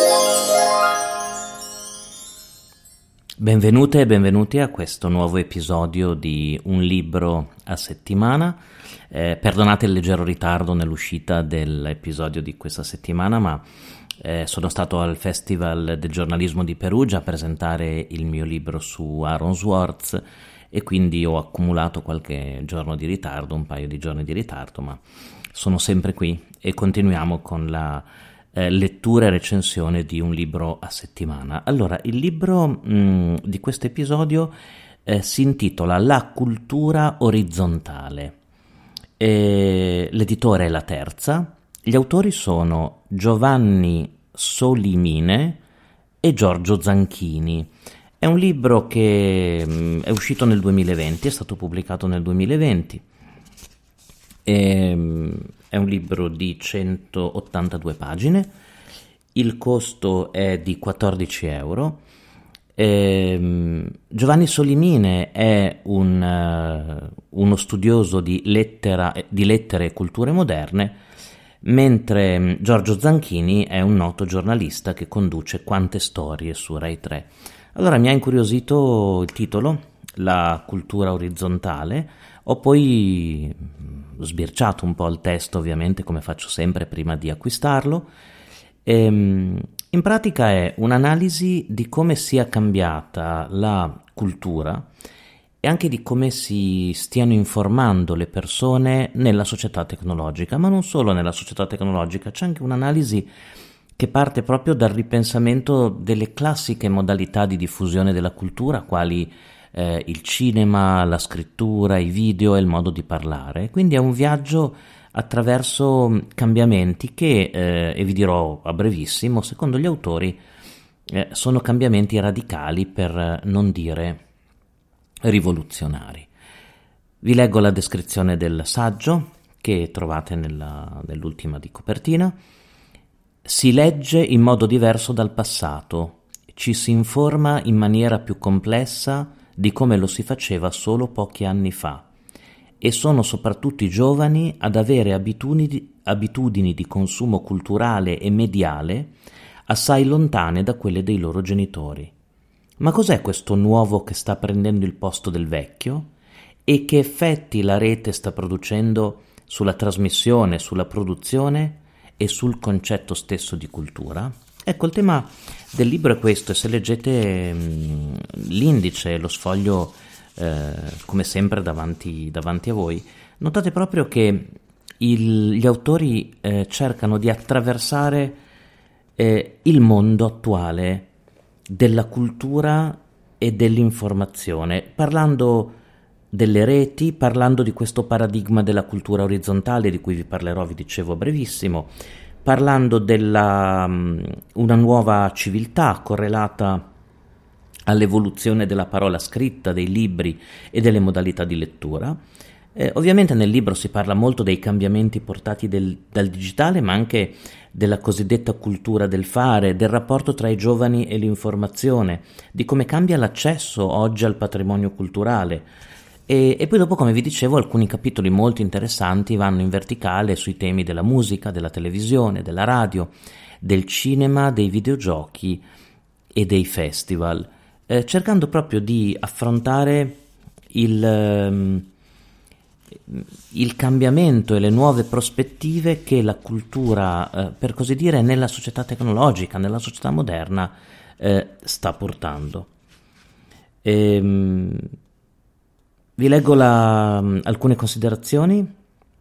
Benvenute e benvenuti a questo nuovo episodio di Un libro a settimana. Perdonate il leggero ritardo nell'uscita dell'episodio di questa settimana, ma sono stato al Festival del giornalismo di Perugia a presentare il mio libro su Aaron Swartz e quindi ho accumulato qualche giorno di ritardo, un paio di giorni di ritardo, ma sono sempre qui e continuiamo con la lettura e recensione di un libro a settimana. Allora, il libro di questo episodio si intitola La cultura orizzontale. L'editore è La Terza. Gli autori sono Giovanni Solimine e Giorgio Zanchini. È un libro che è uscito nel 2020, è stato pubblicato nel 2020. È un libro di 182 pagine, il costo è di 14 euro. Giovanni Solimine è uno studioso di lettere e culture moderne, mentre Giorgio Zanchini è un noto giornalista che conduce Quante storie su Rai 3. Allora mi ha incuriosito il titolo, La cultura orizzontale. Ho poi sbirciato un po' il testo, ovviamente, come faccio sempre prima di acquistarlo. In pratica è un'analisi di come sia cambiata la cultura e anche di come si stiano informando le persone nella società tecnologica, ma non solo nella società tecnologica, c'è anche un'analisi che parte proprio dal ripensamento delle classiche modalità di diffusione della cultura, quali il cinema, la scrittura, i video e il modo di parlare. Quindi è un viaggio attraverso cambiamenti che, e vi dirò a brevissimo, secondo gli autori sono cambiamenti radicali, per non dire rivoluzionari. Vi leggo la descrizione del saggio che trovate nell'ultima di copertina. Si legge in modo diverso dal passato, ci si informa in maniera più complessa di come lo si faceva solo pochi anni fa, e sono soprattutto i giovani ad avere abitudini di consumo culturale e mediale assai lontane da quelle dei loro genitori. Ma cos'è questo nuovo che sta prendendo il posto del vecchio? E che effetti la rete sta producendo sulla trasmissione, sulla produzione e sul concetto stesso di cultura? Ecco, il tema del libro è questo, e se leggete l'indice, lo sfoglio come sempre davanti a voi, notate proprio che gli autori cercano di attraversare il mondo attuale della cultura e dell'informazione, parlando delle reti, parlando di questo paradigma della cultura orizzontale di cui vi parlerò, vi dicevo, a brevissimo, parlando della una nuova civiltà correlata all'evoluzione della parola scritta, dei libri e delle modalità di lettura. Ovviamente nel libro si parla molto dei cambiamenti portati dal digitale, ma anche della cosiddetta cultura del fare, del rapporto tra i giovani e l'informazione, di come cambia l'accesso oggi al patrimonio culturale. E poi dopo, come vi dicevo, alcuni capitoli molto interessanti vanno in verticale sui temi della musica, della televisione, della radio, del cinema, dei videogiochi e dei festival, cercando proprio di affrontare il cambiamento e le nuove prospettive che la cultura, per così dire, nella società tecnologica, nella società moderna, sta portando. Vi leggo alcune considerazioni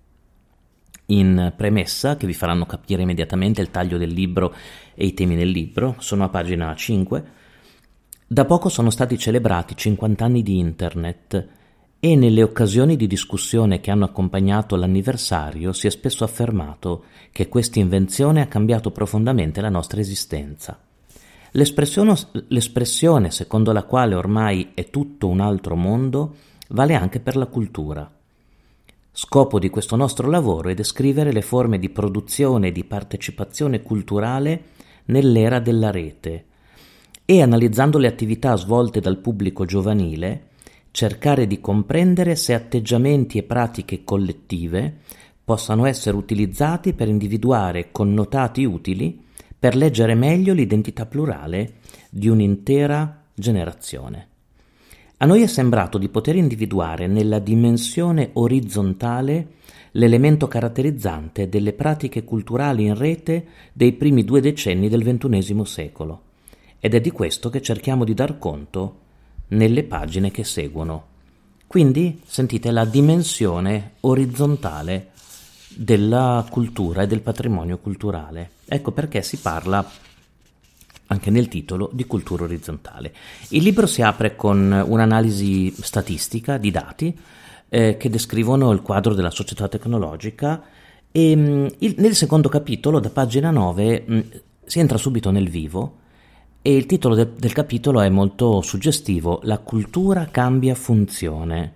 in premessa che vi faranno capire immediatamente il taglio del libro e i temi del libro. Sono a pagina 5. Da poco sono stati celebrati 50 anni di Internet e nelle occasioni di discussione che hanno accompagnato l'anniversario si è spesso affermato che questa invenzione ha cambiato profondamente la nostra esistenza. L'espressione secondo la quale ormai è tutto un altro mondo vale anche per la cultura. Scopo di questo nostro lavoro è descrivere le forme di produzione e di partecipazione culturale nell'era della rete e, analizzando le attività svolte dal pubblico giovanile, cercare di comprendere se atteggiamenti e pratiche collettive possano essere utilizzati per individuare connotati utili per leggere meglio l'identità plurale di un'intera generazione. A noi è sembrato di poter individuare nella dimensione orizzontale l'elemento caratterizzante delle pratiche culturali in rete dei primi 2 decenni del XXI secolo, ed è di questo che cerchiamo di dar conto nelle pagine che seguono. Quindi sentite la dimensione orizzontale della cultura e del patrimonio culturale. Ecco perché si parla anche nel titolo di cultura orizzontale. Il libro si apre con un'analisi statistica di dati che descrivono il quadro della società tecnologica e nel secondo capitolo, da pagina 9, si entra subito nel vivo e il titolo del capitolo è molto suggestivo: La cultura cambia funzione.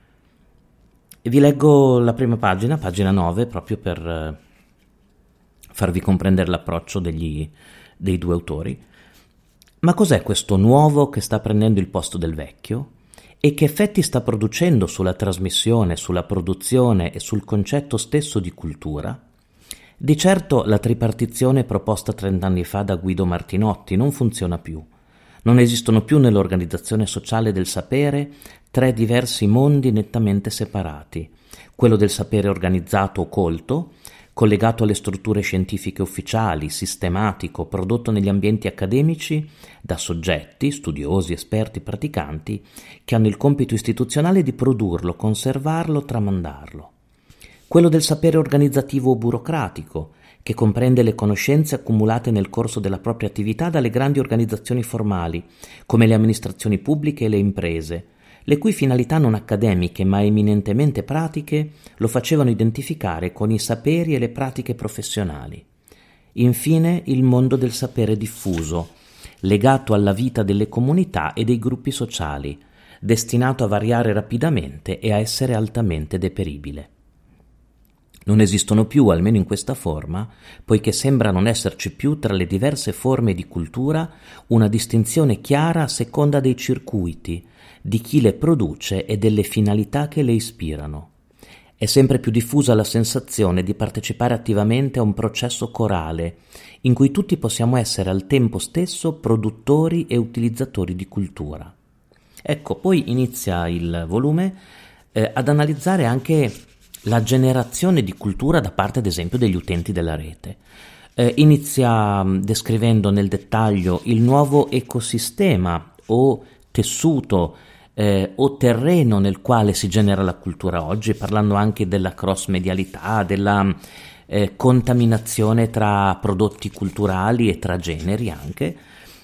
E vi leggo la prima pagina, pagina 9, proprio per farvi comprendere l'approccio dei 2 autori. Ma cos'è questo nuovo che sta prendendo il posto del vecchio? E che effetti sta producendo sulla trasmissione, sulla produzione e sul concetto stesso di cultura? Di certo la tripartizione proposta 30 anni fa da Guido Martinotti non funziona più. Non esistono più nell'organizzazione sociale del sapere 3 diversi mondi nettamente separati: quello del sapere organizzato o colto, collegato alle strutture scientifiche ufficiali, sistematico, prodotto negli ambienti accademici da soggetti, studiosi, esperti, praticanti, che hanno il compito istituzionale di produrlo, conservarlo, tramandarlo. Quello del sapere organizzativo o burocratico, che comprende le conoscenze accumulate nel corso della propria attività dalle grandi organizzazioni formali, come le amministrazioni pubbliche e le imprese, le cui finalità non accademiche ma eminentemente pratiche lo facevano identificare con i saperi e le pratiche professionali. Infine il mondo del sapere diffuso, legato alla vita delle comunità e dei gruppi sociali, destinato a variare rapidamente e a essere altamente deperibile. Non esistono più, almeno in questa forma, poiché sembra non esserci più tra le diverse forme di cultura una distinzione chiara a seconda dei circuiti, di chi le produce e delle finalità che le ispirano. È sempre più diffusa la sensazione di partecipare attivamente a un processo corale, in cui tutti possiamo essere al tempo stesso produttori e utilizzatori di cultura. Ecco, poi inizia il volume ad analizzare anche la generazione di cultura da parte, ad esempio, degli utenti della rete. Inizia descrivendo nel dettaglio il nuovo ecosistema o tessuto o terreno nel quale si genera la cultura oggi, parlando anche della cross-medialità, della contaminazione tra prodotti culturali e tra generi anche.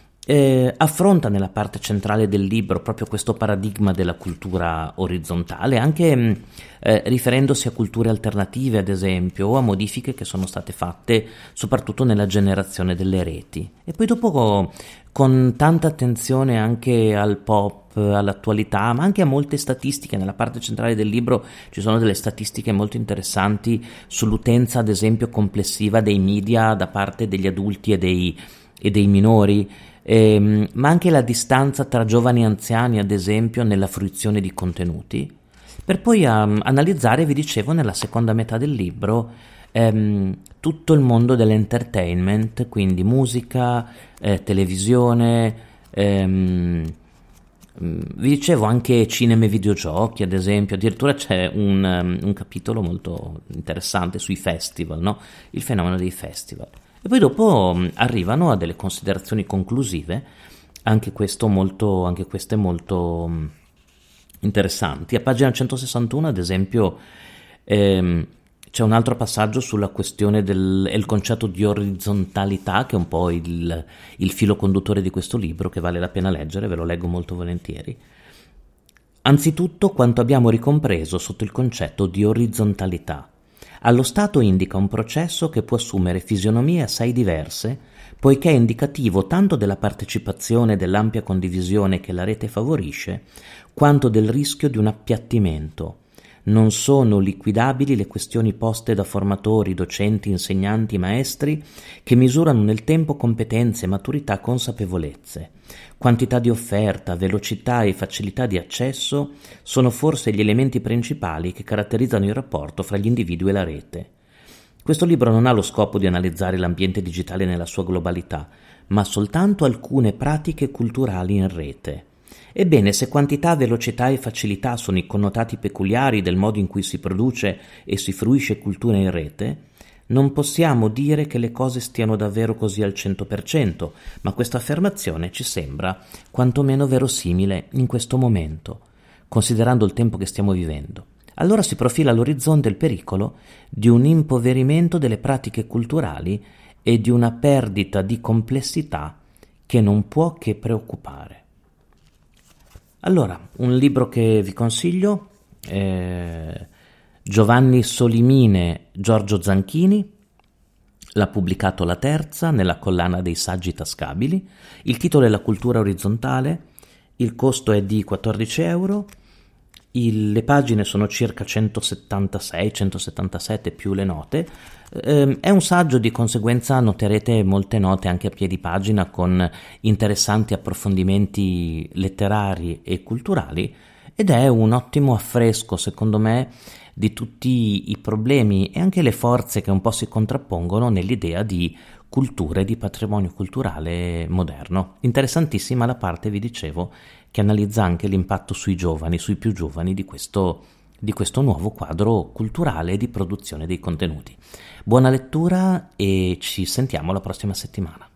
Affronta nella parte centrale del libro proprio questo paradigma della cultura orizzontale, anche riferendosi a culture alternative, ad esempio, o a modifiche che sono state fatte soprattutto nella generazione delle reti. E poi dopo, con tanta attenzione anche al pop, all'attualità, ma anche a molte statistiche. Nella parte centrale del libro ci sono delle statistiche molto interessanti sull'utenza, ad esempio, complessiva dei media da parte degli adulti e dei minori, ma anche la distanza tra giovani e anziani, ad esempio, nella fruizione di contenuti, per poi analizzare, vi dicevo, nella seconda metà del libro tutto il mondo dell'entertainment, quindi musica, televisione, vi dicevo anche cinema e videogiochi, ad esempio. Addirittura c'è un capitolo molto interessante sui festival, no? Il fenomeno dei festival. E poi dopo arrivano a delle considerazioni conclusive, anche queste molto interessanti. A pagina 161, ad esempio, c'è un altro passaggio sulla questione il concetto di orizzontalità, che è un po' il filo conduttore di questo libro, che vale la pena leggere, ve lo leggo molto volentieri. Anzitutto, quanto abbiamo ricompreso sotto il concetto di orizzontalità. Allo stato indica un processo che può assumere fisionomie assai diverse, poiché è indicativo tanto della partecipazione e dell'ampia condivisione che la rete favorisce, quanto del rischio di un appiattimento. Non sono liquidabili le questioni poste da formatori, docenti, insegnanti, maestri, che misurano nel tempo competenze, maturità, consapevolezze. Quantità di offerta, velocità e facilità di accesso sono forse gli elementi principali che caratterizzano il rapporto fra gli individui e la rete. Questo libro non ha lo scopo di analizzare l'ambiente digitale nella sua globalità, ma soltanto alcune pratiche culturali in rete. Ebbene, se quantità, velocità e facilità sono i connotati peculiari del modo in cui si produce e si fruisce cultura in rete, non possiamo dire che le cose stiano davvero così al 100%, ma questa affermazione ci sembra quantomeno verosimile in questo momento, considerando il tempo che stiamo vivendo. Allora si profila all'orizzonte il pericolo di un impoverimento delle pratiche culturali e di una perdita di complessità che non può che preoccupare. Allora, un libro che vi consiglio è Giovanni Solimine, Giorgio Zanchini, l'ha pubblicato La Terza nella collana dei saggi tascabili, il titolo è La cultura orizzontale, il costo è di 14 euro, le pagine sono circa 176-177 più le note. È un saggio, di conseguenza noterete molte note anche a piedi pagina con interessanti approfondimenti letterari e culturali, ed è un ottimo affresco, secondo me, di tutti i problemi e anche le forze che un po' si contrappongono nell'idea di cultura e di patrimonio culturale moderno. Interessantissima la parte, vi dicevo, che analizza anche l'impatto sui giovani, sui più giovani di questo nuovo quadro culturale e di produzione dei contenuti. Buona lettura e ci sentiamo la prossima settimana.